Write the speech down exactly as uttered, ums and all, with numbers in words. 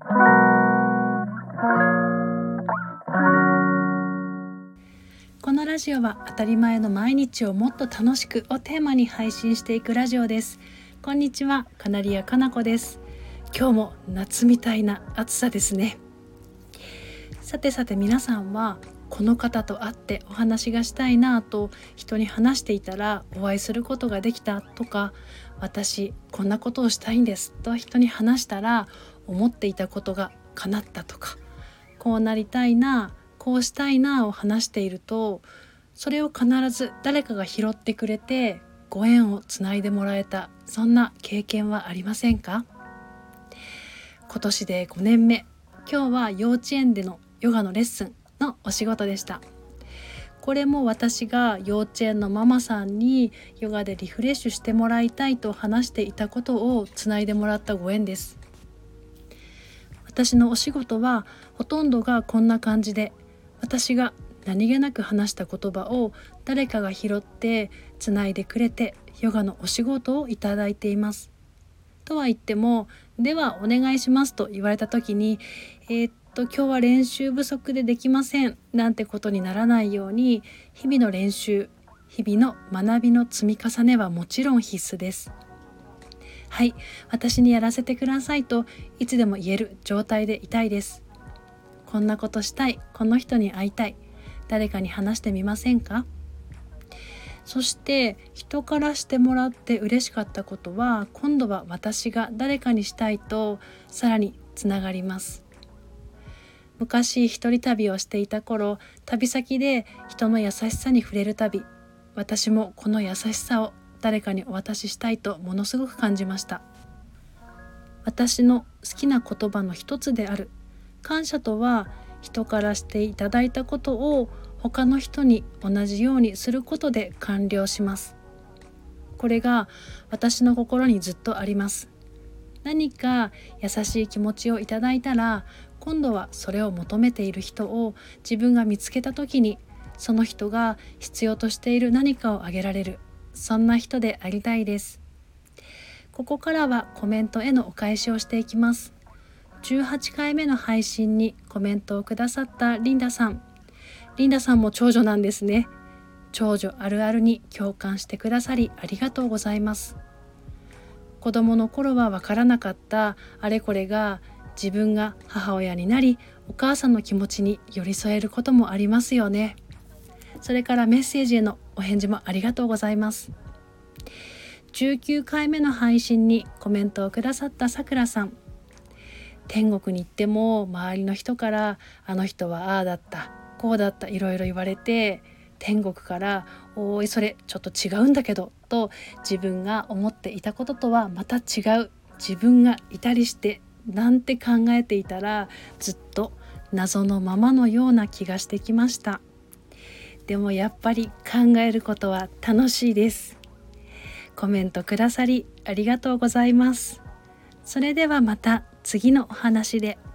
このラジオは当たり前の毎日をもっと楽しくをテーマに配信していくラジオです。こんにちは、カナリアかなこです。今日も夏みたいな暑さですね。さてさて皆さんはこの方と会ってお話がしたいなと人に話していたらお会いすることができたとか、私こんなことをしたいんですと人に話したら思っていたことが叶ったとか、こうなりたいな、こうしたいなを話していると、それを必ず誰かが拾ってくれてご縁をつないでもらえた、そんな経験はありませんか？今年でごねんめ、今日は幼稚園でのヨガのレッスンのお仕事でした。これも私が幼稚園のママさんにヨガでリフレッシュしてもらいたいと話していたことをつないでもらったご縁です。私のお仕事はほとんどがこんな感じで、私が何気なく話した言葉を誰かが拾ってつないでくれてヨガのお仕事をいただいています。とは言っても、ではお願いしますと言われた時に、えー、っと今日は練習不足でできませんなんてことにならないように、日々の練習、日々の学びの積み重ねはもちろん必須です。はい、私にやらせてくださいといつでも言える状態でいたいです。こんなことしたい、この人に会いたい、誰かに話してみませんか？そして人からしてもらって嬉しかったことは、今度は私が誰かにしたいとさらにつながります。昔一人旅をしていた頃、旅先で人の優しさに触れるたび、私もこの優しさを誰かにお渡ししたいとものすごく感じました。私の好きな言葉の一つである感謝とは、人からしていただいたことを他の人に同じようにすることで完了します。これが私の心にずっとあります。何か優しい気持ちをいただいたら、今度はそれを求めている人を自分が見つけた時に、その人が必要としている何かをあげられる、そんな人でありたいです。ここからはコメントへのお返しをしていきます。じゅうはちかいめの配信にコメントをくださったリンダさん。リンダさんも長女なんですね。長女あるあるに共感してくださりありがとうございます。子供の頃はわからなかったあれこれが、自分が母親になりお母さんの気持ちに寄り添えることもありますよね。それからメッセージへのお返事もありがとうございます。じゅうきゅうかいめの配信にコメントをくださったさくらさん。天国に行っても周りの人から、あの人はああだったこうだったいろいろ言われて、天国からおいそれちょっと違うんだけどと自分が思っていたこととはまた違う自分がいたりしてなんて考えていたら、ずっと謎のままのような気がしてきました。でもやっぱり考えることは楽しいです。コメントくださりありがとうございます。それではまた次のお話で